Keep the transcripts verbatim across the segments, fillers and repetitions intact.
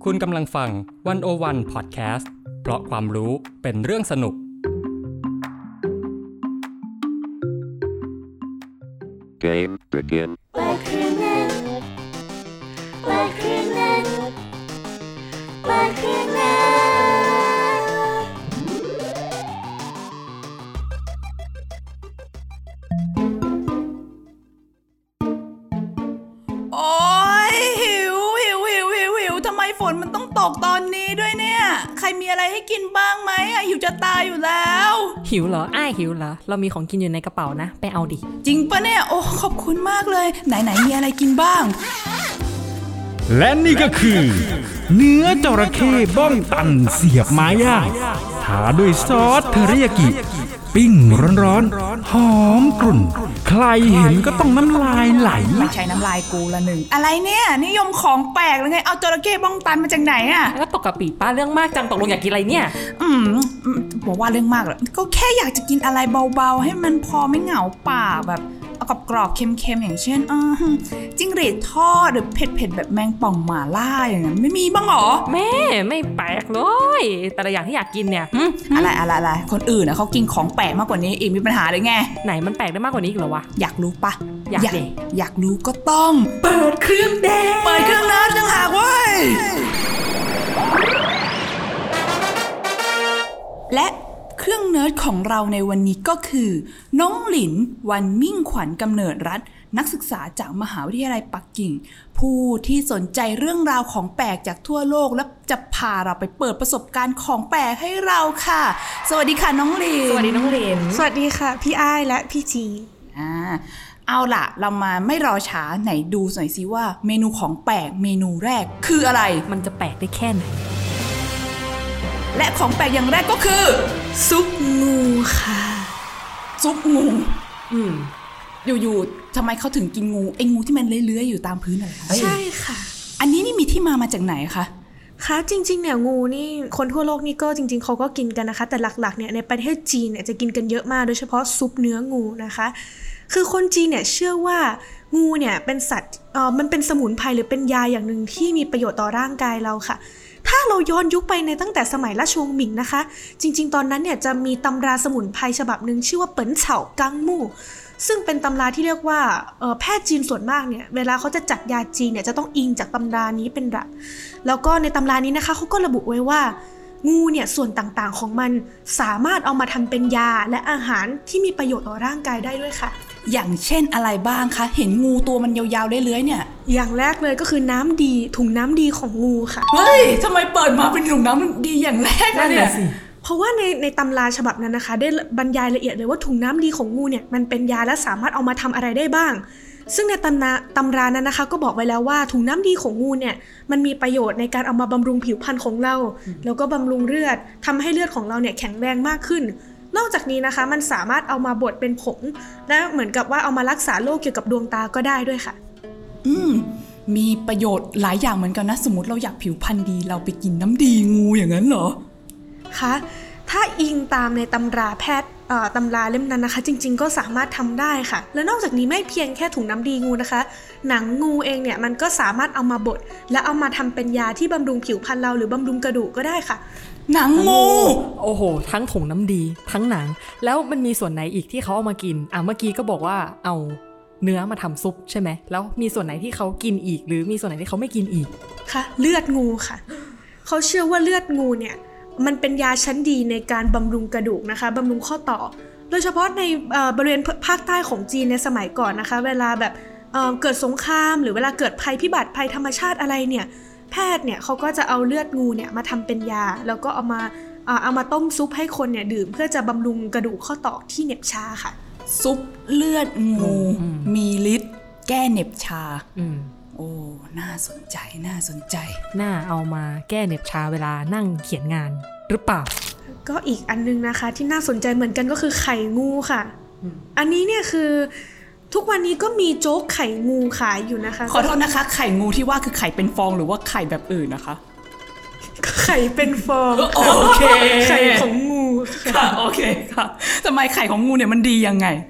คุณกำลังฟังวันโอวันพอดแคสต์เพราะความรู้เป็นเรื่องสนุก Game begin. Black Criminal Black Criminal Black Criminal โอ๊ยหิวหิวหิวหิวหิวทำไมฝนมันต้องตกตอนนี้ด้วยเนี่ยใครมีอะไรให้กินบ้างไหมอะหิวจะตายอยู่แล้วหิวเหรออ้ายหิวเหรอเรามีของกินอยู่ในกระเป๋านะไปเอาดิจริงปะเนี่ยโอ้ขอบคุณมากเลยไหนไหนมีอะไรกินบ้างและนี่ก็คือเนื้อจระเข้บ้องตันเสียบไม้ย่างทาด้วยซอสเทอริยากิปิ้งร้อนๆหอมกรุ่นใครเห็นก็ต้องน้ำลายไหลไม่ใช่น้ำลายกูละหนึ่งอะไรเนี่ยนิยมของแปลกเลยไงเอาจระเข้บ้องตันมาจากไหนอะแล้วตกกะปิป้าเรื่องมากจังตกลงอยากกินอะไรเนี่ยอืมบอกว่าเรื่องมากเหรอก็แค่อยากจะกินอะไรเบาๆให้มันพอไม่เหงาปากแบบเอากรอบๆเค็มๆอย่างเช่นอ่าจิ้งหรีดทอดหรือเผ็ดๆแบบแมงป่องหม่าล่าอย่างนั้นไม่มีบ้างหรอแม่ไม่แปลกเลยแต่ละอย่างที่อยากกินเนี่ยอะไรอะไรอะไรคนอื่นนะเขากินของแปลกมากกว่านี้อีกมีปัญหาเลยไงไหนมันแปลกได้มากกว่านี้อีกเหรอวะอยากรู้ปะอยากดิอยากรู้ก็ต้องเปิดเครื่องแดงเปิดเครื่องน้ำจังหากเว้ยและเครื่องเนิร์ดของเราในวันนี้ก็คือน้องหลินวันมิ่งขวัญกำเนิดรัตน์นักศึกษาจากมหาวิทยาลัยปักกิ่งผู้ที่สนใจเรื่องราวของแปลกจากทั่วโลกและจะพาเราไปเปิดประสบการณ์ของแปลกให้เราค่ะสวัสดีค่ะน้องหลินสวัสดีน้องหลินสวัสดีค่ะพี่อ้ายและพี่จีอ่าเอาล่ะเรามาไม่รอช้าไหนดูหน่อยซิว่าเมนูของแปลกเมนูแรกคืออะไรมันจะแปลกได้แค่ไหนและของแปลกอย่างแรกก็คือซุปงูค่ะซุปงูอืมอยู่ๆทำไมเขาถึงกินงูไอ้งูที่มันเลื้อยๆอยู่ตามพื้นอะไรคะใช่ค่ะอันนี้นี่มีที่มามาจากไหนคะคะจริงๆเนี่ยงูนี่คนทั่วโลกนี่ก็จริงๆเขาก็กินกันนะคะแต่หลักๆเนี่ยในประเทศจีนเนี่ยจะกินกันเยอะมากโดยเฉพาะซุปเนื้องูนะคะคือคนจีนเนี่ยเชื่อว่างูเนี่ยเป็นสัตว์เอ่อมันเป็นสมุนไพรหรือเป็นยาอย่างนึงที่มีประโยชน์ต่อร่างกายเราค่ะถ้าเราย้อนยุคไปในตั้งแต่สมัยราชวงศ์หมิงนะคะจริงๆตอนนั้นเนี่ยจะมีตำราสมุนไพรฉบับนึงชื่อว่าเปิ่นเฉากังมู่ซึ่งเป็นตำราที่เรียกว่าแพทย์จีนส่วนมากเนี่ยเวลาเขาจะจัดยาจีนเนี่ยจะต้องอิงจากตำรานี้เป็นหลักแล้วก็ในตำรานี้นะคะเขาก็ระบุไว้ว่างูเนี่ยส่วนต่างๆของมันสามารถเอามาทำเป็นยาและอาหารที่มีประโยชน์ต่อร่างกายได้ด้วยค่ะอย่างเช่นอะไรบ้างคะเห็นงูตัวมันยาวๆเลื้อยๆเนี่ยอย่างแรกเลยก็คือน้ำดีถุงน้ำดีของงูค่ะเฮ้ยทำไมเปิดมาเป็นถุงน้ำดีอย่างแรกเลยเนี่ยเพราะว่าในในตำราฉบับนั้นนะคะได้บรรยายละเอียดเลยว่าถุงน้ำดีของงูเนี่ยมันเป็นยาและสามารถเอามาทำอะไรได้บ้างซึ่งในตำราตำรานั้นนะคะก็บอกไว้แล้วว่าถุงน้ำดีของงูเนี่ยมันมีประโยชน์ในการเอามาบำรุงผิวพรรณของเราแล้วก็บำรุงเลือดทำให้เลือดของเราเนี่ยแข็งแรงมากขึ้นนอกจากนี้นะคะมันสามารถเอามาบดเป็นผงและเหมือนกับว่าเอามารักษาโรคเกี่ยวกับดวงตาก็ได้ด้วยค่ะอืมมีประโยชน์หลายอย่างเหมือนกันนะสมมติเราอยากผิวพรรณดีเราไปกินน้ำดีงูอย่างนั้นเหรอคะถ้าอิงตามในตำราแพทย์ตำราเล่มนั้นนะคะจริงๆก็สามารถทำได้ค่ะและนอกจากนี้ไม่เพียงแค่ถุงน้ำดีงูนะคะหนังงูเองเนี่ยมันก็สามารถเอามาบดและเอามาทำเป็นยาที่บำรุงผิวพรรณเราหรือบำรุงกระดูกก็ได้ค่ะหนังงูโอ้โหทั้งถุงน้ำดีทั้งหนังแล้วมันมีส่วนไหนอีกที่เขาเอามากินอ่ะเมื่อกี้ก็บอกว่าเอาเนื้อมาทำซุปใช่ไหมแล้วมีส่วนไหนที่เขากินอีกหรือมีส่วนไหนที่เขาไม่กินอีกค่ะเลือดงูค่ะเขาเชื่อว่าเลือดงูเนี่ยมันเป็นยาชั้นดีในการบำรุงกระดูกนะคะบำรุงข้อต่อโดยเฉพาะในบริเวณภาคใต้ของจีนในสมัยก่อนนะคะเวลาแบบเ, เกิดสงครามหรือเวลาเกิดภัยพิบัติภัยธรรมชาติอะไรเนี่ยแพทย์เนี่ยเขาก็จะเอาเลือดงูเนี่ยมาทำเป็นยาแล้วก็เอามาเอามาต้มซุปให้คนเนี่ยดื่มเพื่อจะบำรุงกระดูกข้อต่อที่เหน็บชาค่ะซุปเลือดงูมีฤทธิ์แก้เหน็บชาโอ้น่าสนใจน่าสนใจน่าเอามาแก้เหน็บชาเวลานั่งเขียนงานหรือเปล่าก็อีกอันนึงนะคะที่น่าสนใจเหมือนกันก็คือไข่งูค่ะอันนี้เนี่ยคือทุกวันนี้ก็มีโจ๊กไข่งูขายอยู่นะคะขอโทษนะคะไข่งูที่ว่าคือไข่เป็นฟองหรือว่าไข่แบบอื่นนะคะไข่เป็นฟองโอเคไข่ของงูค่ะโอเคค่ะทำไมไข่ของงูเนี่ยมันดียังไง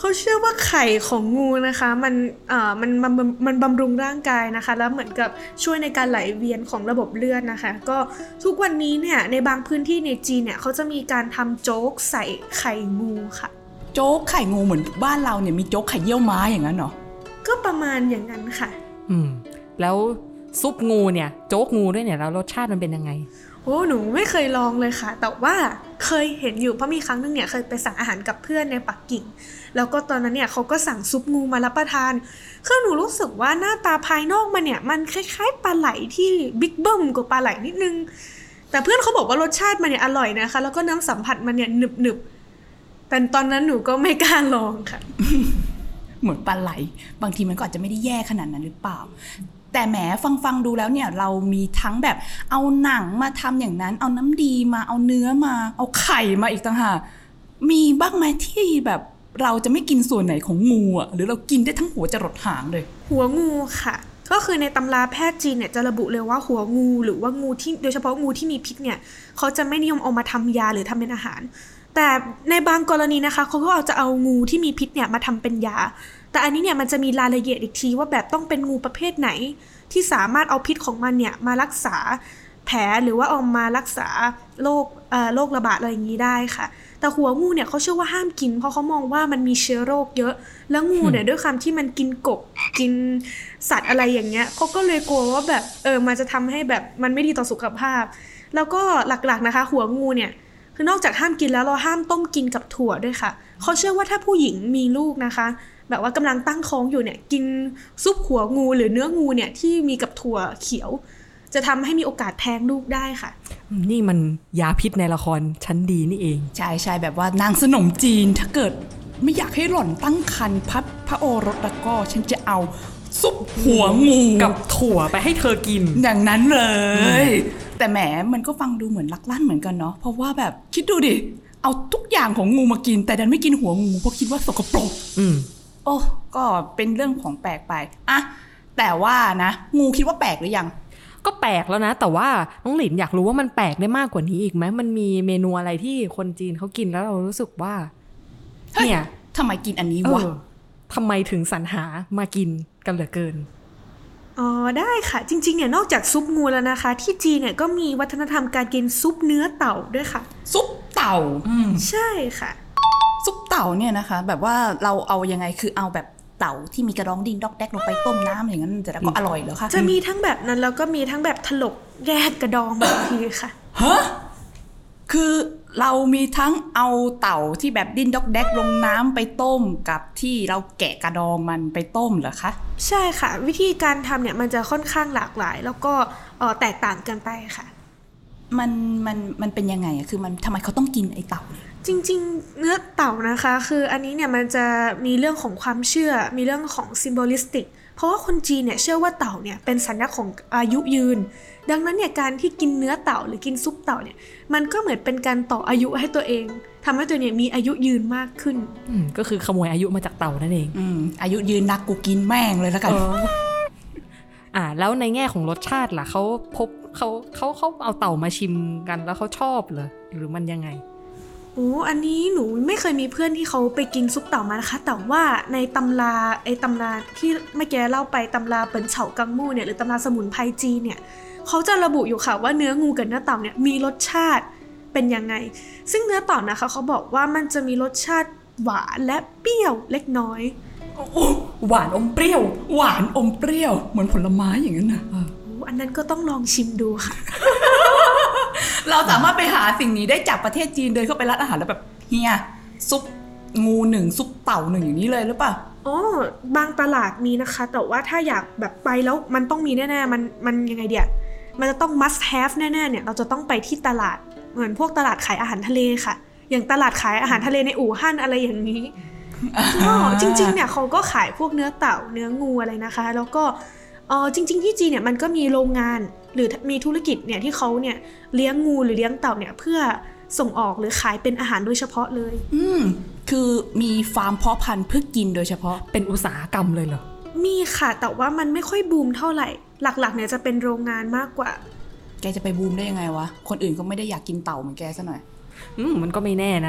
เขาเชื่อว่าไข่ของงูนะคะมันเอ่อมันมันมันบำรุงร่างกายนะคะแล้วเหมือนกับช่วยในการไหลเวียนของระบบเลือดนะคะก็ทุกวันนี้เนี่ยในบางพื้นที่ในจีนเนี่ยเขาจะมีการทำโจ๊กใส่ไข่งูค่ะโจ๊กไข่งูเหมือนบ้านเราเนี่ยมีโจ๊กไข่เยี่ยวม้าอย่างนั้นเหรอก็ประมาณอย่างนั้นค่ะอืมแล้วซุปงูเนี่ยโจ๊กงูด้วยเนี่ยแล้วรสชาติมันเป็นยังไงโอ้หนูไม่เคยลองเลยค่ะแต่ว่าเคยเห็นอยู่เพราะมีครั้งนึงเนี่ยเคยไปสั่งอาหารกับเพื่อนในปักกิ่งแล้วก็ตอนนั้นเนี่ยเขาก็สั่งซุปงูมารับประทานคือหนูรู้สึกว่าหน้าตาภายนอกมันเนี่ยมันคล้ายๆปลาไหลที่บิ๊กเบิ้มกว่าปลาไหลนิดนึงแต่เพื่อนเขาบอกว่ารสชาติมันเนี่ยอร่อยนะคะแล้วก็น้ำสัมผัสมันเนี่ยหนึบๆแต่ตอนนั้นหนูก็ไม่กล้าลองค่ะเหมือนปลาไหลบางทีมันก็อาจจะไม่ได้แย่ขนาดนั้นหรือเปล่าแต่แหมฟังฟังดูแล้วเนี่ยเรามีทั้งแบบเอาหนังมาทำอย่างนั้นเอาน้ำดีมาเอาเนื้อมาเอาไข่มาอีกต่างหากมีบ้างไหมที่แบบเราจะไม่กินส่วนไหนของงูอ่ะหรือเรากินได้ทั้งหัวจรดหางเลยหัวงูค่ะก็คือในตำราแพทย์จีนเนี่ยจะระบุเลยว่าหัวงูหรือว่างูที่โดยเฉพาะงูที่มีพิษเนี่ยเขาจะไม่นิยมเอามาทำยาหรือทำเป็นอาหารแต่ในบางกรณีนะคะเขาก็เอาจะเอางูที่มีพิษเนี่ยมาทำเป็นยาแต่อันนี้เนี่ยมันจะมีรายละเอียดอีกทีว่าแบบต้องเป็นงูประเภทไหนที่สามารถเอาพิษของมันเนี่ยมารักษาแผลหรือว่าเอามารักษาโรคเอ่อโรคระบาดอะไรอย่างนี้ได้ค่ะแต่หัวงูเนี่ยเขาเชื่อว่าห้ามกินเพราะเขามองว่ามันมีเชื้อโรคเยอะแล้วงูเนี่ยด้วยความที่มันกินกบกินสัตว์อะไรอย่างเงี้ยเขาก็เลยกลัวว่าแบบเออมันจะทำให้แบบมันไม่ดีต่อสุขภาพแล้วก็หลักๆนะคะหัวงูเนี่ยคือนอกจากห้ามกินแล้วเราห้ามต้มกินกับถั่วด้วยค่ะเขาเชื่อว่าถ้าผู้หญิงมีลูกนะคะแบบว่ากำลังตั้งท้องอยู่เนี่ยกินซุปหัวงูหรือเนื้องูเนี่ยที่มีกับถั่วเขียวจะทำให้มีโอกาสแท้งลูกได้ค่ะนี่มันยาพิษในละครชั้นดีนี่เองใช่ใช่แบบว่านางสนมจีนถ้าเกิดไม่อยากให้หล่อนตั้งครรภ์พัดพระโอรสแล้วก็ฉันจะเอาซุปหัวงูกับถั่วไปให้เธอกินอย่างนั้นเลยแต่แหมมันก็ฟังดูเหมือนลักลั่นเหมือนกันเนาะเพราะว่าแบบคิดดูดิเอาทุกอย่างของงูมากินแต่ดันไม่กินหัวงูเพราะคิดว่าสกปรกอืมโอ้ก็เป็นเรื่องของแปลกไปอะแต่ว่านะงูคิดว่าแปลกหรือยังก็แปลกแล้วนะแต่ว่าน้องหลินอยากรู้ว่ามันแปลกได้มากกว่านี้อีกไหมมันมีเมนูอะไรที่คนจีนเขากินแล้วเรารู้สึกว่าเนี่ยทำไมกินอันนี้วะทำไมถึงสรรหามากินกันเหลือเกินอ๋อได้ค่ะจริงๆเนี่ยนอกจากซุปงูแล้วนะคะที่จีนเนี่ยก็มีวัฒนธรรมการกินซุปเนื้อเต่าด้วยค่ะซุปเต่าใช่ค่ะซุปเต่าเนี่ยนะคะแบบว่าเราเอายังไงคือเอาแบบเต่าที่มีกระดองดิ้นดอกแดกลงไปต้มน้ำอย่างนั้นจะก็อร่อยเหรอคะจะมีทั้งแบบนั้นแล้วก็มีทั้งแบบถลกแยกกระดองแบบทีค่ะฮะคือเรามีทั้งเอาเต่าที่แบบดิ้นดอกแดกลงน้ำไปต้มกับที่เราแกะกระดองมันไปต้มเหรอคะใช่ค่ะวิธีการทำเนี่ยมันจะค่อนข้างหลากหลายแล้วก็เอ่อแตกต่างกันไปค่ะมันมันมันเป็นยังไงอะคือมันทำไมเขาต้องกินไอ้เต่าจริงๆเนื้อเต่านะคะคืออันนี้เนี่ยมันจะมีเรื่องของความเชื่อมีเรื่องของ symbolistic เพราะว่าคนจีนเนี่ยเชื่อว่าเต่าเนี่ยเป็นสัญลักษณ์ของอายุยืนดังนั้นเนี่ยการที่กินเนื้อเต่าหรือกินซุปเต่าเนี่ยมันก็เหมือนเป็นการต่ออายุให้ตัวเองทำให้ตัวเนี่ยมีอายุยืนมากขึ้นก็คือขโมยอายุมาจากเต่านั่นเองอืมอายุยืนนักกูกินแม่งเลยแล้วกันอ่าแล้วในแง่ของรสชาติล่ะเขาพบเขาเขาเขาเอาเต่ามาชิมกันแล้วเขาชอบเหรอหรือมันยังไงโอ้อันนี้หนูไม่เคยมีเพื่อนที่เขาไปกินซุปเต่ามานะคะแต่ว่าในตำราไอ้ตำราที่เมื่อกี้เล่าไปตำราเปิ่นเฉากังมู่เนี่ยหรือตำราสมุนไพรจีนเนี่ยเขาจะระบุอยู่ค่ะว่าเนื้องูกับเนื้อเต่าเนี่ยมีรสชาติเป็นยังไงซึ่งเนื้อเต่านะคะเขาบอกว่ามันจะมีรสชาติหวานและเปรี้ยวเล็กน้อยหวานอมเปรี้ยวหวานอมเปรี้ยวเหมือนผลไม้อย่างนั้นนะอันนั้นก็ต้องลองชิมดูค่ะเราสามารถไปหาสิ่งนี้ได้จากประเทศจีนเดินเข้าไปร้านอาหารแล้วแบบเฮียซุปงูหนึ่งซุปเต่าหนึ่งอย่างนี้เลยหรือเปล่าอ๋อบางตลาดมีนะคะแต่ว่าถ้าอยากแบบไปแล้วมันต้องมีแน่ๆมันมันยังไงเดียมันจะต้อง must have แน่ๆเนี่ยเราจะต้องไปที่ตลาดเหมือนพวกตลาดขายอาหารทะเลค่ะอย่างตลาดขายอาหารทะเลในอู่ฮั่นอะไรอย่างนี้ก็จริงๆเนี่ยเขาก็ขายพวกเนื้อเต่าเนื้องูอะไรนะคะแล้วก็อ๋อจริงๆที่จีนเนี่ยมันก็มีโรงงานหรือมีธุรกิจเนี่ยที่เขาเนี่ยเลี้ยงงูหรือเลี้ยงเต่าเนี่ยเพื่อส่งออกหรือขายเป็นอาหารโดยเฉพาะเลยอืมคือมีฟาร์มเพาะพันธุ์เพื่อกินโดยเฉพาะเป็นอุตสาหกรรมเลยเหรอมีค่ะแต่ว่ามันไม่ค่อยบูมเท่าไหร่หลักๆเนี่ยจะเป็นโรงงานมากกว่าแกจะไปบูมได้ยังไงวะคนอื่นก็ไม่ได้อยากกินเต่าเหมือนแกซะหน่อยอืมมันก็ไม่แน่นะ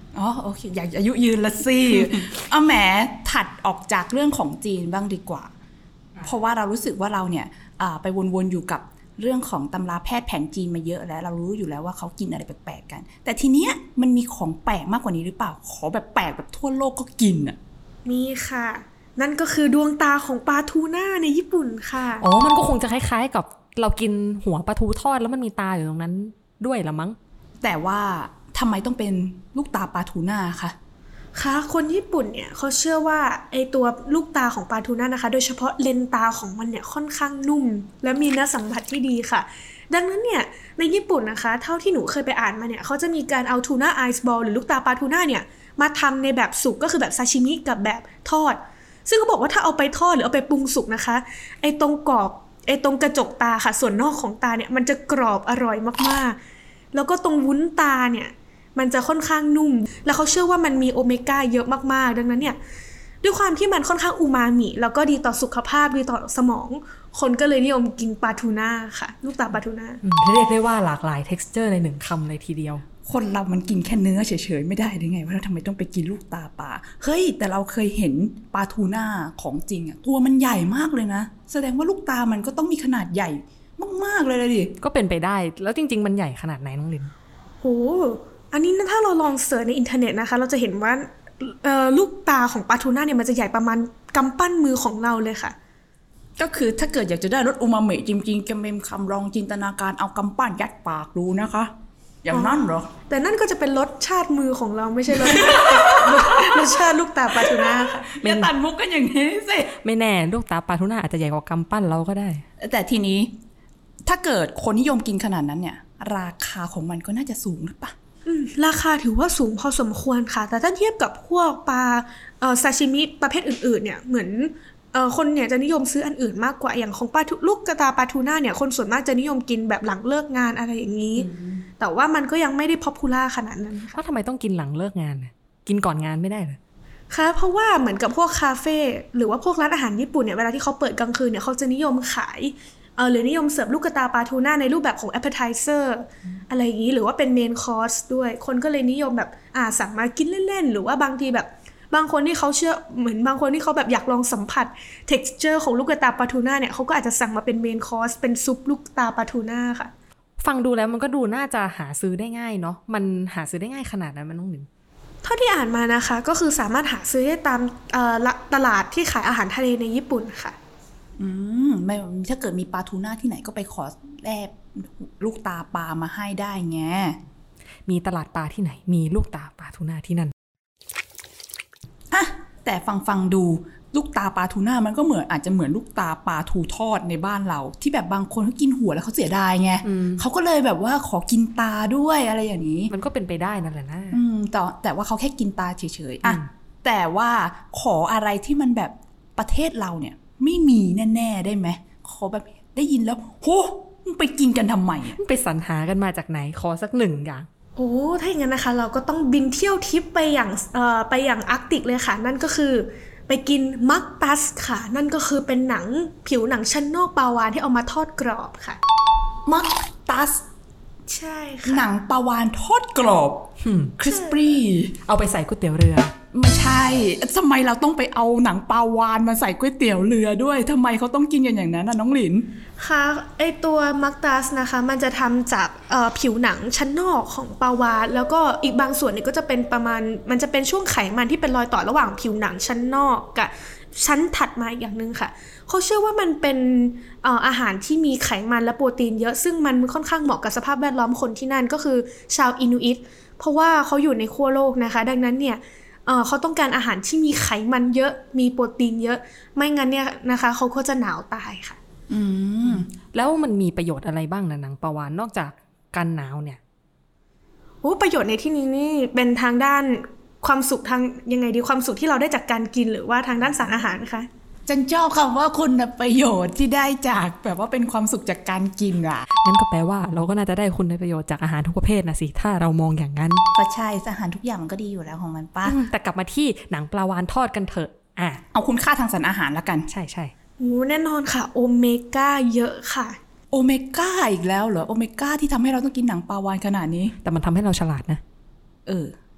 อ๋อโอเคอยากอายุยืนละสิ เอาแหมถัดออกจากเรื่องของจีนบ้างดีกว่าเพราะว่าเรารู้สึกว่าเราเนี่ยไปวนๆอยู่กับเรื่องของตำราแพทย์แผนจีนมาเยอะแล้วเรารู้อยู่แล้วว่าเขากินอะไรแปลกๆกันแต่ทีเนี้ยมันมีของแปลกมากกว่านี้หรือเปล่าขอแบบแปลกแบบทั่วโลกก็กินอ่ะมีค่ะนั่นก็คือดวงตาของปลาทูน่าในญี่ปุ่นค่ะอ๋อมันก็คงจะคล้ายๆกับเรากินหัวปลาทูทอดแล้วมันมีตาอยู่ตรงนั้นด้วยละมั้งแต่ว่าทำไมต้องเป็นลูกตาปลาทูน่าคะค่ะคนญี่ปุ่นเนี่ยเขาเชื่อว่าไอตัวลูกตาของปลาทูน่านะคะโดยเฉพาะเลนตาของมันเนี่ยค่อนข้างนุ่มและมีเนื้อสัมผัสที่ดีค่ะดังนั้นเนี่ยในญี่ปุ่นนะคะเท่าที่หนูเคยไปอ่านมาเนี่ยเขาจะมีการเอาทูน่าไอซ์บอลหรือลูกตาปลาทูน่าเนี่ยมาทำในแบบสุกก็คือแบบซาชิมิกับแบบทอดซึ่งเขาบอกว่าถ้าเอาไปทอดหรือเอาไปปรุงสุกนะคะไอตรงกรอบไอตรงกระจกตาค่ะส่วนนอกของตาเนี่ยมันจะกรอบอร่อยมากๆแล้วก็ตรงวุ้นตาเนี่ยมันจะค่อนข้างนุ่มแล้วเขาเชื่อว่ามันมีโอเมก้าเยอะมากๆดังนั้นเนี่ยด้วยความที่มันค่อนข้างอูมามิแล้วก็ดีต่อสุขภาพดีต่อสมองคนก็เลยนิยมกินปลาทูน่าค่ะลูกตาปลาทูน่าเรียกได้ว่าหลากหลาย texture ในหนึ่งคำเลยทีเดียวคนเรามันกินแค่เนื้อเฉยๆไม่ได้หรือไงว่าทำไมต้องไปกินลูกตาปลาเฮ้ยแต่เราเคยเห็นปลาทูน่าของจริงอ่ะตัวมันใหญ่มากเลยนะแสดงว่าลูกตามันก็ต้องมีขนาดใหญ่มากๆเลยเลยดิก็เป็นไปได้แล้วจริงๆมันใหญ่ขนาดไหนน้องลินโหอันนี้ถ้าเราลองเสิร์ชในอินเทอร์เน็ตนะคะเราจะเห็นว่าลูกตาของปลาทูน่าเนี่ยมันจะใหญ่ประมาณกำปั้นมือของเราเลยค่ะก็คือถ้าเกิดอยากจะได้รสอูมามิจริงๆกำเมมคำลองจินตนาการเอากำปั้นยัดปากดูนะคะอย่างนั้นเหรอแต่นั่นก็จะเป็นรสชาติมือของเราไม่ใช่รส รสชาติลูกตาปลาทูน่าค่ะอย่าตัดมุกกันอย่างนี้สิไม่แน่ลูกตาปลาทูน่าอาจจะใหญ่กว่ากำปั้นเราก็ได้แต่ทีนี้ถ้าเกิดคนนิยมกินขนาดนั้นเนี่ยราคาของมันก็น่าจะสูงหรือเปล่าราคาถือว่าสูงพอสมควรค่ะแต่ถ้าเทียบกับพวกปลาเอ่อซาชิมิประเภทอื่นๆเนี่ยเหมือนเอ่อคนเนี่ยจะนิยมซื้ออันอื่นมากกว่าอย่างของปลาลูกกระตาปลาทูน่าเนี่ยคนส่วนมากจะนิยมกินแบบหลังเลิกงานอะไรอย่างนี้แต่ว่ามันก็ยังไม่ได้ป๊อปปูล่าขนาดนั้นค่ะว่าทำไมต้องกินหลังเลิกงานน่ะกินก่อนงานไม่ได้เหรอค่ะเพราะว่าเหมือนกับพวกคาเฟ่หรือว่าพวกร้านอาหารญี่ปุ่นเนี่ยเวลาที่เขาเปิดกลางคืนเนี่ยเขาจะนิยมขายเออหรือนิยมเสิร์ฟลูกกระตาปลาทูน่าในรูปแบบของ appetizer อะไรอย่างนี้หรือว่าเป็น main course ด้วยคนก็เลยนิยมแบบอ่าสั่งมากินเล่นๆหรือว่าบางทีแบบบางคนที่เขาเชื่อเหมือนบางคนที่เขาแบบอยากลองสัมผัส texture ของลูกกระตาปลาทูน่าเนี่ยเขาก็อาจจะสั่งมาเป็น main course เป็นซุปลูกตาปลาทูน่าค่ะฟังดูแล้วมันก็ดูน่าจะหาซื้อได้ง่ายเนาะมันหาซื้อได้ง่ายขนาดนั้นมันต้องหนึ่งเท่าที่อ่านมานะคะก็คือสามารถหาซื้อได้ตามตลาดที่ขายอาหารทะเลในญี่ปุ่นค่ะอืมไม่ถ้าเกิดมีปลาทูน่าที่ไหนก็ไปขอแลบลูกตาปลามาให้ได้ไงมีตลาดปลาที่ไหนมีลูกตาปลาทูน่าที่นั่นอะแต่ฟังฟังดูลูกตาปลาทูน่ามันก็เหมือนอาจจะเหมือนลูกตาปลาทูทอดในบ้านเราที่แบบบางคนเขากินหัวแล้วเขาเสียดายไงเขาก็เลยแบบว่าขอกินตาด้วยอะไรอย่างนี้มันก็เป็นไปได้นั่นแหละนะอืมแต่แต่ว่าเขาแค่กินตาเฉยๆอ่ะแต่ว่าขออะไรที่มันแบบประเทศเราเนี่ยไม่มีแน่ๆได้ไหมขอแบบได้ยินแล้วโหมึงไปกินกันทำไมไปสรรหากันมาจากไหนขอสักหนึ่งอย่างโอ้ถ้าอย่างนั้นนะคะเราก็ต้องบินเที่ยวทริปไปอย่างเอ่อไปอย่างอาร์กติกเลยค่ะนั่นก็คือไปกินมักตัสค่ะนั่นก็คือเป็นหนังผิวหนังชั้นนอกปลาวาฬที่เอามาทอดกรอบค่ะมักตัสใช่ค่ะหนังปลาวาฬทอดกรอบคริสปี้เอาไปใส่ก๋วยเตี๋ยวเรือไม่ใช่ทำไมเราต้องไปเอาหนังปลาวาฬมาใส่ก๋วยเตี๋ยวเรือด้วยทำไมเขาต้องกินกันอย่างนั้นน่ะน้องหลินค่ะไอตัวมักตัสนะคะมันจะทำจากผิวหนังชั้นนอกของปลาวาฬแล้วก็อีกบางส่วนเนี่ยก็จะเป็นประมาณมันจะเป็นช่วงไขมันที่เป็นรอยต่อระหว่างผิวหนังชั้นนอกกับชั้นถัดมาอีกอย่างนึงค่ะเขาเชื่อว่ามันเป็นอาหารที่มีไขมันและโปรตีนเยอะซึ่งมันค่อนข้างเหมาะกับสภาพแวดล้อมคนที่นั่นก็คือชาวอินูอิตเพราะว่าเขาอยู่ในขั้วโลกนะคะดังนั้นเนี่ยเอ่อเขาต้องการอาหารที่มีไขมันเยอะมีโปรตีนเยอะไม่งั้นเนี่ยนะคะเขาก็จะหนาวตายค่ะอืมแล้วมันมีประโยชน์อะไรบ้างนะหนังปลาวาฬนอกจากกันหนาวเนี่ยโอ้ประโยชน์ในที่นี้นี่เป็นทางด้านความสุขทางยังไงดีความสุขที่เราได้จากการกินหรือว่าทางด้านสารอาหารคะจันชอบคำว่าคุณประโยชน์ที่ได้จากแบบว่าเป็นความสุขจากการกินอ่ะงั้นก็แปลว่าเราก็น่าจะได้คุณประโยชน์จากอาหารทุกประเภทนะสิถ้าเรามองอย่างนั้นก็ใช่อาหารทุกอย่างมันก็ดีอยู่แล้วของมันป่ะแต่กลับมาที่หนังปลาวาฬทอดกันเถอะอ่ะเอาคุณค่าทางสารอาหารละกันใช่ใช่โอ้แน่นอนค่ะโอเมก้าเยอะค่ะโอเมก้าอีกแล้วเหรอโอเมก้าที่ทำให้เราต้องกินหนังปลาวาฬขนาดนี้แต่มันทำให้เราฉลาดนะเออ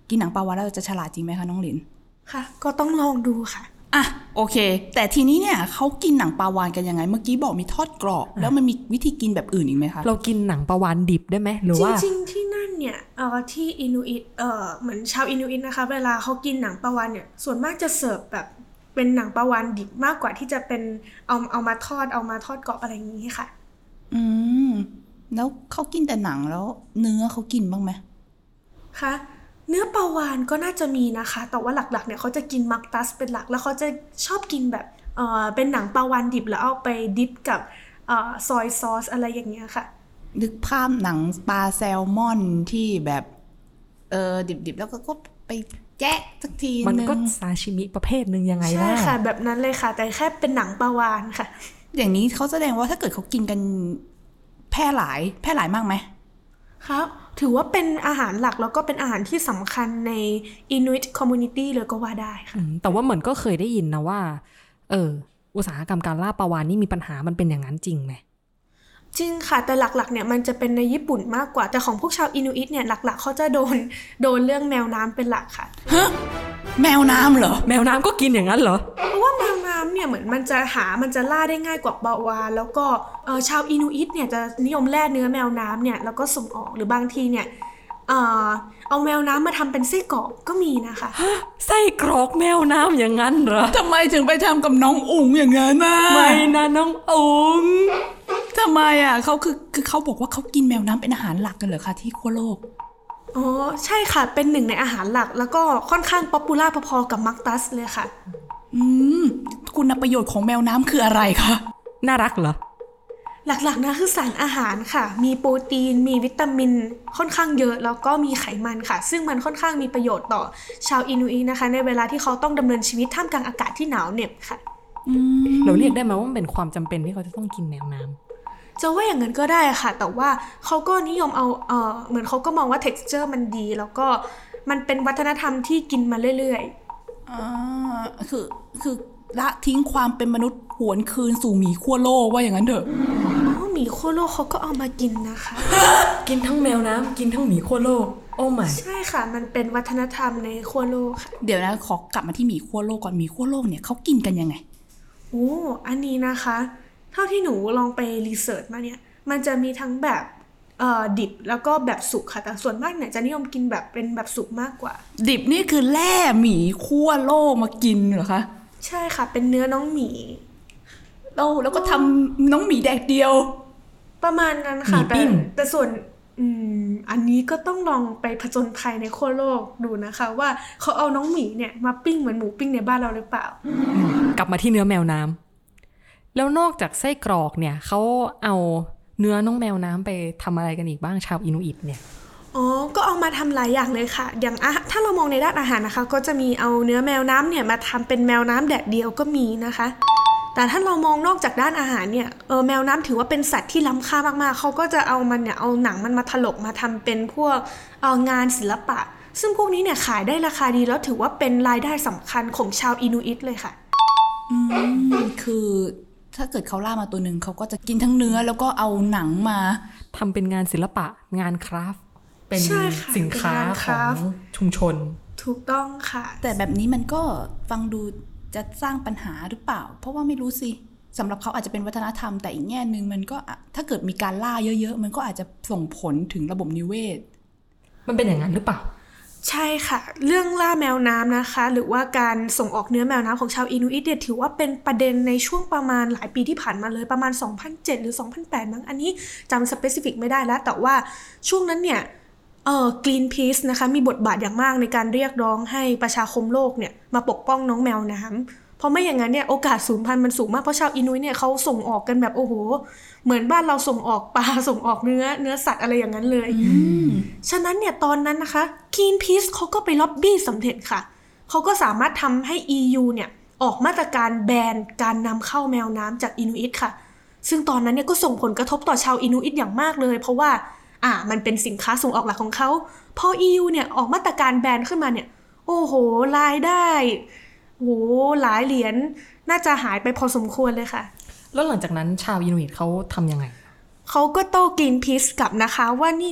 กินหนังปลาวาฬแล้วเราจะฉลาดจริงไหมคะน้องหลินค่ะก็ต้องลองดูค่ะอ่ะโอเคแต่ทีนี้เนี่ยเขากินหนังปลาวาฬกันยังไงเมื่อกี้บอกมีทอดกรอบแล้วมันมีวิธีกินแบบอื่นอีกไหมคะเรากินหนังปลาวาฬดิบได้ไหมหรือว่าจริงๆที่นั่นเนี่ยเอ่อที่อินูอิตเอ่อเหมือนชาวอินูอิตนะคะเวลาเขากินหนังปลาวาฬเนี่ยส่วนมากจะเสิร์ฟแบบเป็นหนังปลาวาฬดิบมากกว่าที่จะเป็นเอาเอามาทอดเอามาทอดกรอบอะไรอย่างนี้ค่ะอืมแล้วเขากินแต่หนังแล้วเนื้อเขากินบ้างไหมคะเนื้อปลาวาฬก็น่าจะมีนะคะแต่ว่าหลักๆเนี่ยเขาจะกินมักตัสเป็นหลักแล้วเขาจะชอบกินแบบเอ่อเป็นหนังปลาวาฬดิบแล้วเอาไปดิปกับเอ่อซอยซอสอะไรอย่างเงี้ยค่ะนึกภาพหนังปลาแซลมอนที่แบบเออดิบๆแล้วก็ก็ไปแจ๊ะสักทีนึงมันก็ซาชิมิประเภทนึงยังไงล่ะใช่ค่ะแบบนั้นเลยค่ะแต่แค่เป็นหนังปลาวาฬค่ะอย่างนี้เขาแสดงว่าถ้าเกิดเขากินกันแพร่หลายแพร่หลายมากไหมครับถือว่าเป็นอาหารหลักแล้วก็เป็นอาหารที่สำคัญใน Inuit Community เลยก็ว่าได้ค่ะแต่ว่าเหมือนก็เคยได้ยินนะว่าเอออุตสาหกรรมการล่าปลาวาฬนี่มีปัญหามันเป็นอย่างนั้นจริงไหมจริงค่ะแต่หลักๆเนี่ยมันจะเป็นในญี่ปุ่นมากกว่าแต่ของพวกชาวอินูอิตเนี่ยหลักๆเขาจะโดนโดนเรื่องแมวน้ำเป็นหลักค่ะฮะแมวน้ำเหรอแมวน้ำก็กินอย่างนั้นเหรอเพราะว่าแมวน้ำเนี่ยเหมือนมันจะหามันจะล่าได้ง่ายกว่าปลาวาฬแล้วก็เออชาวอินูอิตเนี่ยจะนิยมแล่เนื้อแมวน้ำเนี่ยแล้วก็ส่งออกหรือบางทีเนี่ยเออเอาแมวน้ำมาทำเป็นไส้กรอกก็มีนะคะไส้กรอกแมวน้ำอย่างนั้นเหรอทำไมถึงไปทำกับน้องอุ๋งอย่างนั้นน่ะไม่นะน้องอุ๋งทำไมอ่ะเขาคือคือเขาบอกว่าเขากินแมวน้ำเป็นอาหารหลักกันเหรอคะที่ขั้วโลกอ๋อใช่ค่ะเป็นหนึ่งในอาหารหลักแล้วก็ค่อนข้างป๊อปปูล่าพอๆกับมักตัสเลยค่ะอืมคุณประโยชน์ของแมวน้ำคืออะไรคะน่ารักเหรอหลักๆนะคือสารอาหารค่ะมีโปรตีนมีวิตามินค่อนข้างเยอะแล้วก็มีไขมันค่ะซึ่งมันค่อนข้างมีประโยชน์ต่อชาวอินูอินะคะในเวลาที่เขาต้องดำเนินชีวิตท่ามกลางอากาศที่หนาวเหน็บค่ะเราเรียกได้ไหมว่ามันเป็นความจำเป็นที่เขาจะต้องกินแมวน้ำจะว่าอย่างนั้นก็ได้ค่ะแต่ว่าเขาก็นิยมเอาเออเหมือนเขาก็มองว่า texture มันดีแล้วก็มันเป็นวัฒนธรรมที่กินมาเรื่อยๆอ่าคือคือละทิ้งความเป็นมนุษย์หวนคืนสู่หมีขั้วโลกว่าอย่างนั้นเถอะอ๋อหมีขั้วโลกเขาก็เอามากินนะคะกินทั้งแมวน้ำกินทั้งหมีขั้วโลกโอ้ไม่ใช่ค่ะมันเป็นวัฒนธรรมในขั้วโลกค่ะเดี๋ยวนะขอกลับมาที่หมีขั้วโลกก่อนหมีขั้วโลกเนี่ยเขากินกันยังไงโอ้อันนี้นะคะเท่าที่หนูลองไปรีเสิร์ชมาเนี่ยมันจะมีทั้งแบบเอ่อดิบแล้วก็แบบสุกค่ะแต่ส่วนมากเนี่ยจะนิยมกินแบบเป็นแบบสุกมากกว่าดิบนี่คือแล่หมีขั้วโลกมากินเหรอคะใช่ค่ะเป็นเนื้อน้องหมีโอ้แล้วก็ทำน้องหมีแดดเดียวประมาณนั้นค่ะแต่แต่ส่วนอืมอันนี้ก็ต้องลองไปผจญภัยในขั้วโลกดูนะคะว่าเขาเอาน้องหมีเนี่ยมาปิ้งเหมือนหมูปิ้งในบ้านเราหรือเปล่ากลับมาที่เนื้อแมวน้ำแล้วนอกจากไส้กรอกเนี่ยเขาเอาเนื้อน้องแมวน้ำไปทำอะไรกันอีกบ้างชาวอินูอิตเนี่ยอ๋อก็เอามาทำหลายอย่างเลยค่ะอย่างถ้าเรามองในด้านอาหารนะคะก็จะมีเอาเนื้อแมวน้ำเนี่ยมาทำเป็นแมวน้ำแดดเดียวก็มีนะคะแต่ถ้าเรามองนอกจากด้านอาหารเนี่ยเออแมวน้ำถือว่าเป็นสัตว์ที่ล้ำค่ามากๆเขาก็จะเอามันเนี่ยเอาหนังมันมาถลกมาทำเป็นพวกเอองานศิลปะซึ่งพวกนี้เนี่ยขายได้ราคาดีแล้วถือว่าเป็นรายได้สำคัญของชาวอินูอิตเลยค่ะอืมคือถ้าเกิดเขาล่ามาตัวหนึ่งเขาก็จะกินทั้งเนื้อแล้วก็เอาหนังมาทำเป็นงานศิลปะงานคราฟต์เป็นสินค้าของชุมชนถูกต้องค่ะแต่แบบนี้มันก็ฟังดูจะสร้างปัญหาหรือเปล่าเพราะว่าไม่รู้สิสำหรับเขาอาจจะเป็นวัฒนธรรมแต่อีกแง่นึงมันก็ถ้าเกิดมีการล่าเยอะๆมันก็อาจจะส่งผลถึงระบบนิเวศมันเป็นอย่างนั้นหรือเปล่าใช่ค่ะเรื่องล่าแมวน้ำนะคะหรือว่าการส่งออกเนื้อแมวน้ำของชาวอินูอิตเนี่ยถือว่าเป็นประเด็นในช่วงประมาณหลายปีที่ผ่านมาเลยประมาณสองพันเจ็ดหรือสองพันแปดมั้งอันนี้จำสเปซิฟิกไม่ได้แล้วแต่ว่าช่วงนั้นเนี่ยเอ่อ Greenpeace นะคะมีบทบาทอย่างมากในการเรียกร้องให้ประชาคมโลกเนี่ยมาปกป้องน้องแมวน้ำเพราะไม่อย่างนั้นเนี่ยโอกาสสูญพันธุ์มันสูงมากเพราะชาวอินูเนี่ยเขาส่งออกกันแบบโอ้โหเหมือนบ้านเราส่งออกปลาส่งออกเนื้อเนื้อสัตว์อะไรอย่างนั้นเลยฉะนั้นเนี่ยตอนนั้นนะคะ Greenpeace เขาก็ไปล็อบบี้สำเร็จค่ะเขาก็สามารถทำให้ อี ยู เนี่ยออกมาตรการแบนการนำเข้าแมวน้ำจากอินูอิตค่ะซึ่งตอนนั้นเนี่ยก็ส่งผลกระทบต่อชาวอินูอิตอย่างมากเลยเพราะว่าอ่ามันเป็นสินค้าส่งออกหลักของเขาพอ อี ยู เนี่ยออกมาตรการแบนขึ้นมาเนี่ยโอ้โหรายได้โหหลายเหรียญน่าจะหายไปพอสมควรเลยค่ะแล้วหลังจากนั้นชาวอินูอิตเขาทำยังไงเขาก็โต้ Greenpeace กลับนะคะว่านี่เนี่ย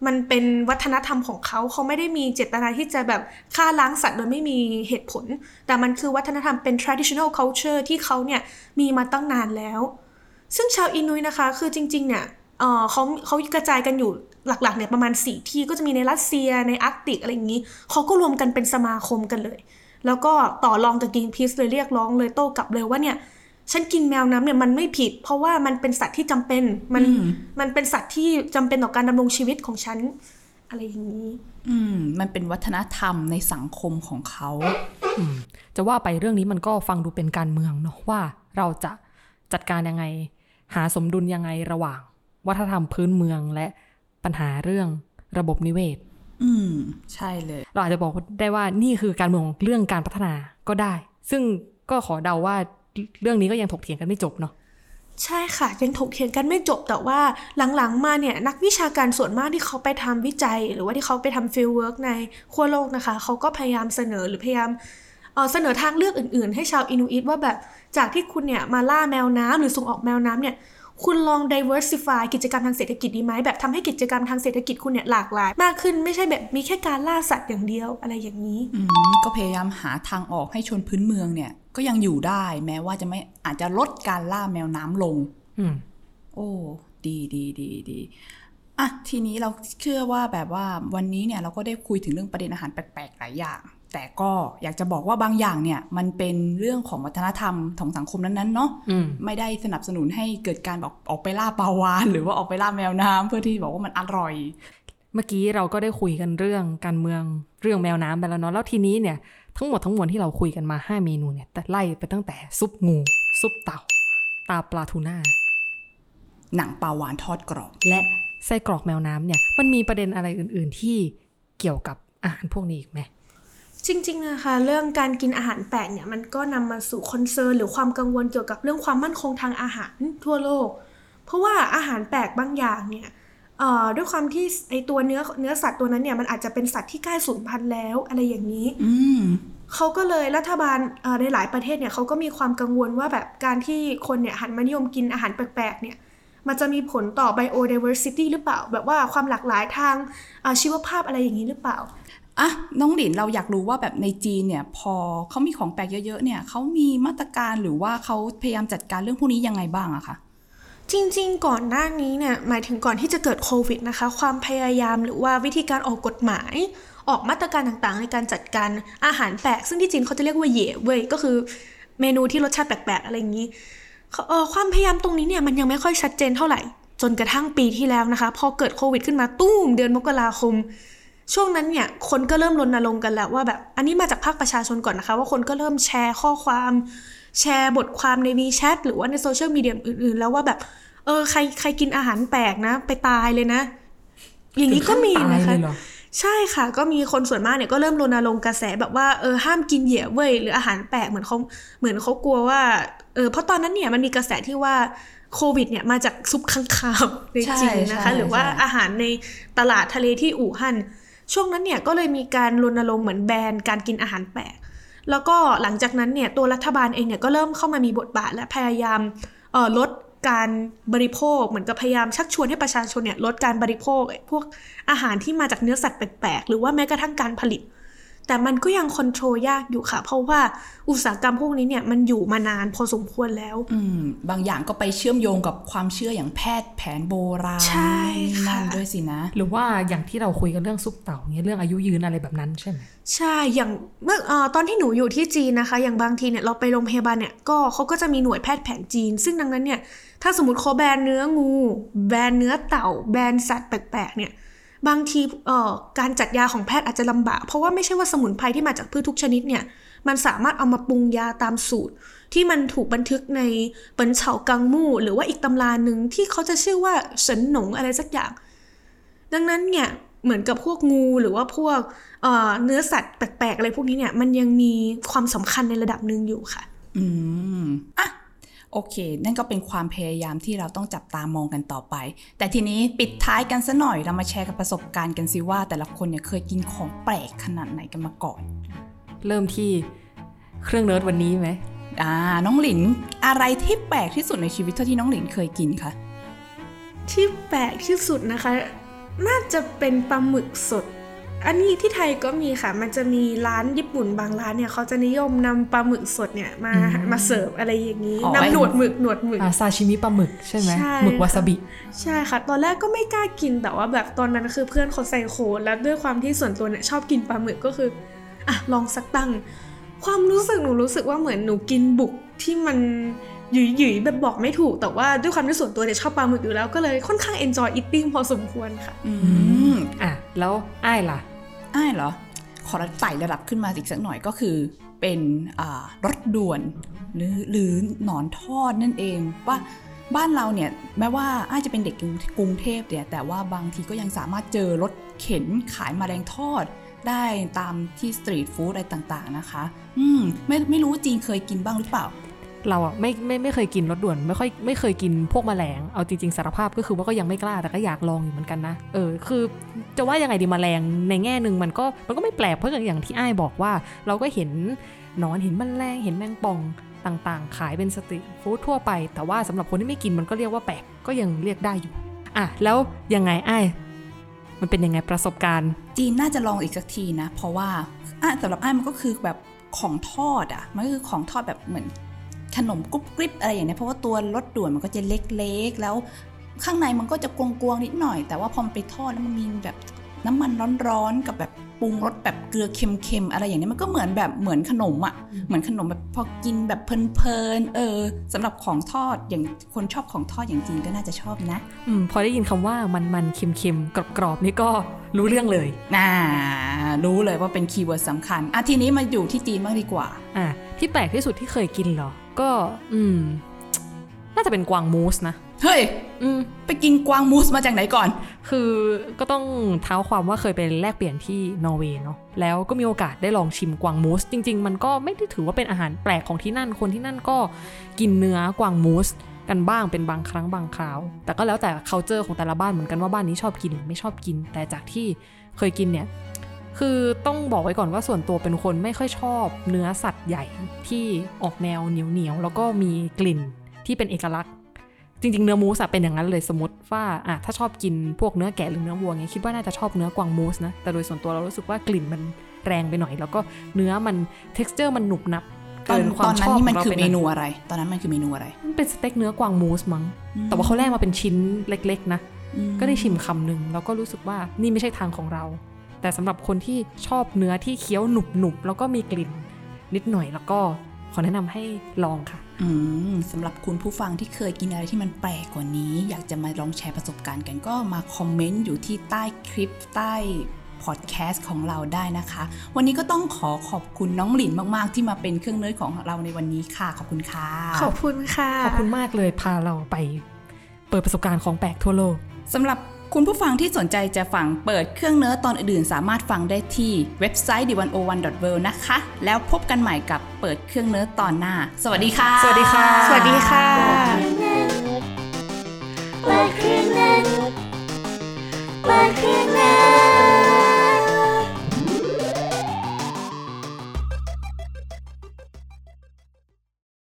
มันเป็นวัฒนธรรมของเขาเขาไม่ได้มีเจตนาที่จะแบบฆ่าล้างสัตว์โดยไม่มีเหตุผลแต่มันคือวัฒนธรรมเป็น traditional culture ที่เขาเนี่ยมีมาตั้งนานแล้วซึ่งชาวอินุยนะคะคือจริงๆเนี่ยเอ่อเขาเขากระจายกันอยู่หลักๆเนี่ยประมาณสี่ที่ก็จะมีในรัสเซียในอาร์กติกอะไรอย่างนี้เขาก็รวมกันเป็นสมาคมกันเลยแล้วก็ต่อรองกับ Greenpeace เลยเรียกร้องเลยโต้กลับเลยว่าเนี่ยฉันกินแมวน้ำเนี่ยมันไม่ผิดเพราะว่ามันเป็นสัตว์ที่จำเป็นมันมันเป็นสัตว์ที่จำเป็นต่อการดำรงชีวิตของฉันอะไรอย่างนี้อืมมันเป็นวัฒนธรรมในสังคมของเขาอืมจะว่าไปเรื่องนี้มันก็ฟังดูเป็นการเมืองเนาะว่าเราจะจัดการยังไงหาสมดุลยังไงระหว่างวัฒนธรรมพื้นเมืองและปัญหาเรื่องระบบนิเวศอืมใช่เลยเราอาจจะบอกได้ว่านี่คือการเมืองเรื่องการพัฒนาก็ได้ซึ่งก็ขอเดาว่าเรื่องนี้ก็ยังถกเถียงกันไม่จบเนาะใช่ค่ะยังถกเถียงกันไม่จบแต่ว่าหลังๆมาเนี่ยนักวิชาการส่วนมากที่เขาไปทำวิจัยหรือว่าที่เขาไปทำ field work ในขั้วโลกนะคะเขาก็พยายามเสนอหรือพยายามเอ่อเสนอทางเลือกอื่นๆให้ชาวอินูอิตว่าแบบจากที่คุณเนี่ยมาล่าแมวน้ำหรือส่งออกแมวน้ำเนี่ยคุณลอง diversify กิจกรรมทางเศรษฐกิจดีไหมแบบทำให้กิจกรรมทางเศรษฐกิจคุณเนี่ยหลากหลายมากขึ้นไม่ใช่แบบมีแค่การล่าสัตว์อย่างเดียวอะไรอย่างนี้อืมก็พยายามหาทางออกให้ชนพื้นเมืองเนี่ยก็ยังอยู่ได้แม้ว่าจะไม่อาจจะลดการล่าแมวน้ำลงอืมโอ้ดีดีดีดีอ่ะทีนี้เราเชื่อว่าแบบว่าวันนี้เนี่ยเราก็ได้คุยถึงเรื่องประเด็นอาหารแปลกๆหลายอย่างแต่ก็อยากจะบอกว่าบางอย่างเนี่ยมันเป็นเรื่องของวัฒนธรรมของสังคมนั้นๆเนาะไม่ได้สนับสนุนให้เกิดการออกออกไปล่าปลาวาฬหรือว่าออกไปล่าแมวน้ำเพื่อที่บอกว่ามันอร่อยเมื่อกี้เราก็ได้คุยกันเรื่องการเมืองเรื่องแมวน้ำไปแล้วเนาะแล้วทีนี้เนี่ยทั้งหมดทั้งมวลที่เราคุยกันมาห้าเมนูเนี่ยแต่ไล่ไปตั้งแต่ซุปงูซุปเต่าตาปลาทูน่าหนังปลาวาฬทอดกรอบและไส้กรอกแมวน้ำเนี่ยมันมีประเด็นอะไรอื่นๆที่เกี่ยวกับอาหารพวกนี้อีกไหมจริงๆนะคะเรื่องการกินอาหารแปลกเนี่ยมันก็นำมาสู่คอนเซิร์นหรือความกังวลเกี่ยวกับเรื่องความมั่นคงทางอาหารทั่วโลกเพราะว่าอาหารแปลกบางอย่างเนี่ยเอ่อด้วยความที่ไอตัวเนื้อเนื้อสัตว์ตัวนั้นเนี่ยมันอาจจะเป็นสัตว์ที่ใกล้สูญพันธุ์แล้วอะไรอย่างนี้อืมเขาก็เลยรัฐบาลในหลายประเทศเนี่ยเขาก็มีความกังวลว่าแบบการที่คนเนี่ยหันมานิยมกินอาหารแปลกๆเนี่ยมันจะมีผลต่อ biodiversity หรือเปล่าแบบว่าความหลากหลายทางชีวภาพอะไรอย่างนี้หรือเปล่าอ่ะน้องหลินเราอยากรู้ว่าแบบในจีนเนี่ยพอเขามีของแปลกเยอะๆเนี่ยเขามีมาตรการหรือว่าเขาพยายามจัดการเรื่องพวกนี้ยังไงบ้างอะคะจริงๆก่อนหน้านี้เนี่ยหมายถึงก่อนที่จะเกิดโควิดนะคะความพยายามหรือว่าวิธีการออกกฎหมายออกมาตรการต่างๆในการจัดการอาหารแปลกซึ่งที่จีนเขาจะเรียกว่าเหย่เว่ยก็คือเมนูที่รสชาติแปลกๆอะไรอย่างนี้เอ่อความพยายามตรงนี้เนี่ยมันยังไม่ค่อยชัดเจนเท่าไหร่จนกระทั่งปีที่แล้วนะคะพอเกิดโควิดขึ้นมาตุ้มเดือนมกราคมช่วงนั้นเนี่ยคนก็เริ่มรณรงค์กันแล้วว่าแบบอันนี้มาจากภาคประชาชนก่อนนะคะว่าคนก็เริ่มแชร์ข้อความแชร์บทความใน WeChat หรือว่าในโซเชียลมีเดียอื่นๆแล้วว่าแบบเออใครใครกินอาหารแปลกนะไปตายเลยนะอย่างนี้ก็มีนะคะใช่ค่ะก็มีคนส่วนมากเนี่ยก็เริ่มรณรงค์กระแสแบบว่าเออห้ามกินเหยี่ยเว่ยหรืออาหารแปลกเหมือนเขาเหมือนเขากลัวว่าเออเพราะตอนนั้นเนี่ยมันมีกระแสที่ว่าโควิดเนี่ยมาจากซุปค้างคาวในจีนนะคะหรือว่าอาหารในตลาดทะเลที่อู่ฮั่นช่วงนั้นเนี่ยก็เลยมีการรณรงค์เหมือนแบนการกินอาหารแปลกแล้วก็หลังจากนั้นเนี่ยตัวรัฐบาลเองเนี่ยก็เริ่มเข้ามามีบทบาทและพยายามเอ่อลดการบริโภคเหมือนกับพยายามชักชวนให้ประชาชนเนี่ยลดการบริโภคพวกอาหารที่มาจากเนื้อสัตว์แปลกๆหรือว่าแม้กระทั่งการผลิตแต่มันก็ยังคอนโทรลยากอยู่ค่ะเพราะว่าอุตสาหกรรมพวกนี้เนี่ยมันอยู่มานานพอสมควรแล้วอืมบางอย่างก็ไปเชื่อมโยงกับความเชื่ออย่างแพทย์แผนโบราณใช่ค่ะนั่นด้วยสินะหรือว่าอย่างที่เราคุยกันเรื่องซุปเต่าเนี่ยเรื่องอายุยืนอะไรแบบนั้นใช่ไหมใช่อย่างเมื่อเอ่อตอนที่หนูอยู่ที่จีนนะคะอย่างบางทีเนี่ยเราไปโรงพยาบาลเนี่ยก็เขาก็จะมีหน่วยแพทย์แผนจีนซึ่งดังนั้นเนี่ยถ้าสมมติเขาแบนเนื้องูแบนเนื้อเต่าแบนสัตว์แปลกๆเนี่ยบางทีเอ่อการจัดยาของแพทย์อาจจะลำบากเพราะว่าไม่ใช่ว่าสมุนไพรที่มาจากพืชทุกชนิดเนี่ยมันสามารถเอามาปรุงยาตามสูตรที่มันถูกบันทึกในเปิ่นเฉากังมู่หรือว่าอีกตำราหนึ่งที่เขาจะชื่อว่าเฉินหนงอะไรสักอย่างดังนั้นเนี่ยเหมือนกับพวกงูหรือว่าพวกเอ่อเนื้อสัตว์แปลกๆอะไรพวกนี้เนี่ยมันยังมีความสำคัญในระดับนึงอยู่ค่ะอืมอ่ะโอเคนั่นก็เป็นความพยายามที่เราต้องจับตามองกันต่อไปแต่ทีนี้ปิดท้ายกันซะหน่อยเรามาแชร์กันประสบการณ์กันสิว่าแต่ละคนเนี่ยเคยกินของแปลกขนาดไหนกันมาก่อนเริ่มที่เครื่องเนิร์ดวันนี้ไหมอ่าน้องหลินอะไรที่แปลกที่สุดในชีวิตเท่าที่น้องหลินเคยกินคะที่แปลกที่สุดนะคะน่าจะเป็นปลาหมึกสดอันนี้ที่ไทยก็มีค่ะมันจะมีร้านญี่ปุ่นบางร้านเนี่ยเขาจะนิยมนำปลาหมึกสดเนี่ยมามาเสิร์ฟอะไรอย่างนี้นำหนวดหมึกหนวดหมึกซาชิมิปลาหมึกใช่ไหมหมึกวาซาบิใช่ค่ะตอนแรกก็ไม่กล้ากินแต่ว่าแบบตอนนั้นคือเพื่อนเขาไซโคแล้วด้วยความที่ส่วนตัวเนี่ยชอบกินปลาหมึกก็คืออ่ะลองสักตั้งความรู้สึกหนูรู้สึกว่าเหมือนหนูกินบุกที่มันหยุยๆแบบบอกไม่ถูกแต่ว่าด้วยความที่ส่วนตัวเนี่ยชอบปลาหมึกอยู่แล้วก็เลยค่อนข้าง enjoy eating พอสมควรค่ะอืมอ่ะแล้วอ้ายล่ะอ้ายเหรอขอไต่ระดับขึ้นมาอีกสักหน่อยก็คือเป็นอ่ารถด่วนหรือหรือหนอนทอดนั่นเองว่าบ้านเราเนี่ยแม้ว่าอ้ายจะเป็นเด็กกรุงเทพเนี่ยแต่ว่าบางทีก็ยังสามารถเจอรถเข็นขายแมลงทอดได้ตามที่สตรีทฟู้ดอะไรต่างๆนะคะอืมไม่ไม่รู้จริงเคยกินบ้างหรือเปล่าเราอ่ะไม่ไม่ไม่เคยกินรถด่วนไม่ค่อยไม่เคยกินพวกแมลงเอาจริงๆสารภาพก็คือว่าก็ยังไม่กล้าแต่ก็อยากลองอยู่เหมือนกันนะเออคือจะว่ายังไงดีแมลงในแง่นึงมันก็มันก็ไม่แปลกเพราะอย่างที่อ้ายบอกว่าเราก็เห็นหนอนเห็นแมลงเห็นแมงป่องต่างๆขายเป็นสตรีทฟู้ดทั่วไปแต่ว่าสำหรับคนที่ไม่กินมันก็เรียกว่าแปลกก็ยังเรียกได้อยู่อ่ะแล้วยังไงอ้ายมันเป็นยังไงประสบการณ์จีนน่าจะลองอีกสักทีนะเพราะว่าอ่ะสำหรับอ้ายมันก็คือแบบของทอดอ่ะมันก็คือของทอดแบบเหมือนขนมกรุบกริบอะไรอย่างนี้เพราะว่าตัวรสด่วนมันก็จะเล็กๆแล้วข้างในมันก็จะกวงๆนิดหน่อยแต่ว่าพอมันไปทอดแล้วมันมีแบบน้ำมันร้อนๆกับแบบปรุงรสแบบเกลือเค็มๆอะไรอย่างนี้มันก็เหมือนแบบเหมือนขนมอ่ะเหมือนขนมแบบพอกินแบบเพลินๆเออสำหรับของทอดอย่างคนชอบของทอดอย่างจีนก็น่าจะชอบนะอืมพอได้ยินคำว่ามันๆเค็มๆกรอบๆนี่ก็รู้เรื่องเลยน่ารู้เลยว่าเป็นคีย์เวิร์ดสำคัญอ่ะทีนี้มาอยู่ที่จีนบ้างดีกว่าอ่ะที่แปลกที่สุดที่เคยกินเหรอก็อืมน่าจะเป็นกวางมูสนะเฮ้ยอืมไปกินกวางมูสมาจากไหนก่อนคือก็ต้องเท้าความว่าเคยไปแลกเปลี่ยนที่นอร์เวย์เนาะแล้วก็มีโอกาสได้ลองชิมกวางมูสจริงๆมันก็ไม่ได้ถือว่าเป็นอาหารแปลกของที่นั่นคนที่นั่นก็กินเนื้อกวางมูสกันบ้างเป็นบางครั้งบางคราวแต่ก็แล้วแต่ culture ของแต่ละบ้านเหมือนกันว่าบ้านนี้ชอบกินหรือไม่ชอบกินแต่จากที่เคยกินเนี่ยคือต้องบอกไว้ก่อนว่าส่วนตัวเป็นคนไม่ค่อยชอบเนื้อสัตว์ใหญ่ที่ออกแนวเหนียวๆแล้วก็มีกลิ่นที่เป็นเอกลักษณ์จริงๆเนื้อมูสเป็นอย่างนั้นเลยสมมติว่าอ่ะถ้าชอบกินพวกเนื้อแกะหรือเนื้อวัวเงี้ยคิดว่าน่าจะชอบเนื้อกวางมูสนะแต่โดยส่วนตัวเรารู้สึกว่ากลิ่นมันแรงไปหน่อยแล้วก็เนื้อมัน texture มันหนุบหนับเกินความชอบของเราเป็นเมนูอะไรตอนนั้นมันคือเมนูอะไรมันเป็นสเต็กเนื้อกวางมูสมั้งแต่ว่าเขาแลกมาเป็นชิ้นเล็กๆนะก็ได้ชิมคำนึงแล้วก็รู้สึกว่านี่ไม่ใช่ทางของเราแต่สำหรับคนที่ชอบเนื้อที่เคี้ยวหนุบๆแล้วก็มีกลิ่นนิดหน่อยแล้วก็ขอแนะนำให้ลองค่ะอืมสำหรับคุณผู้ฟังที่เคยกินอะไรที่มันแปลกกว่านี้อยากจะมาลองแชร์ประสบการณ์กันก็มาคอมเมนต์อยู่ที่ใต้คลิปใต้พอดแคสต์ของเราได้นะคะวันนี้ก็ต้องขอขอบคุณน้องหลินมากๆที่มาเป็นเครื่องเนิร์ดของเราในวันนี้ค่ะขอบคุณค่ะขอบคุณค่ะขอบคุณมากเลยพาเราไปเปิดประสบการณ์ของแปลกทั่วโลกสำหรับคุณผู้ฟังที่สนใจจะฟังเปิดเครื่องเนิร์ดตอนอื่นๆสามารถฟังได้ที่เว็บไซต์ ดิ หนึ่งศูนย์หนึ่ง ดอท เวิลด์ นะคะแล้วพบกันใหม่กับเปิดเครื่องเนิร์ดตอนหน้าสวัสดีค่ะสวัสดีค่ะสวัสดีค่ะ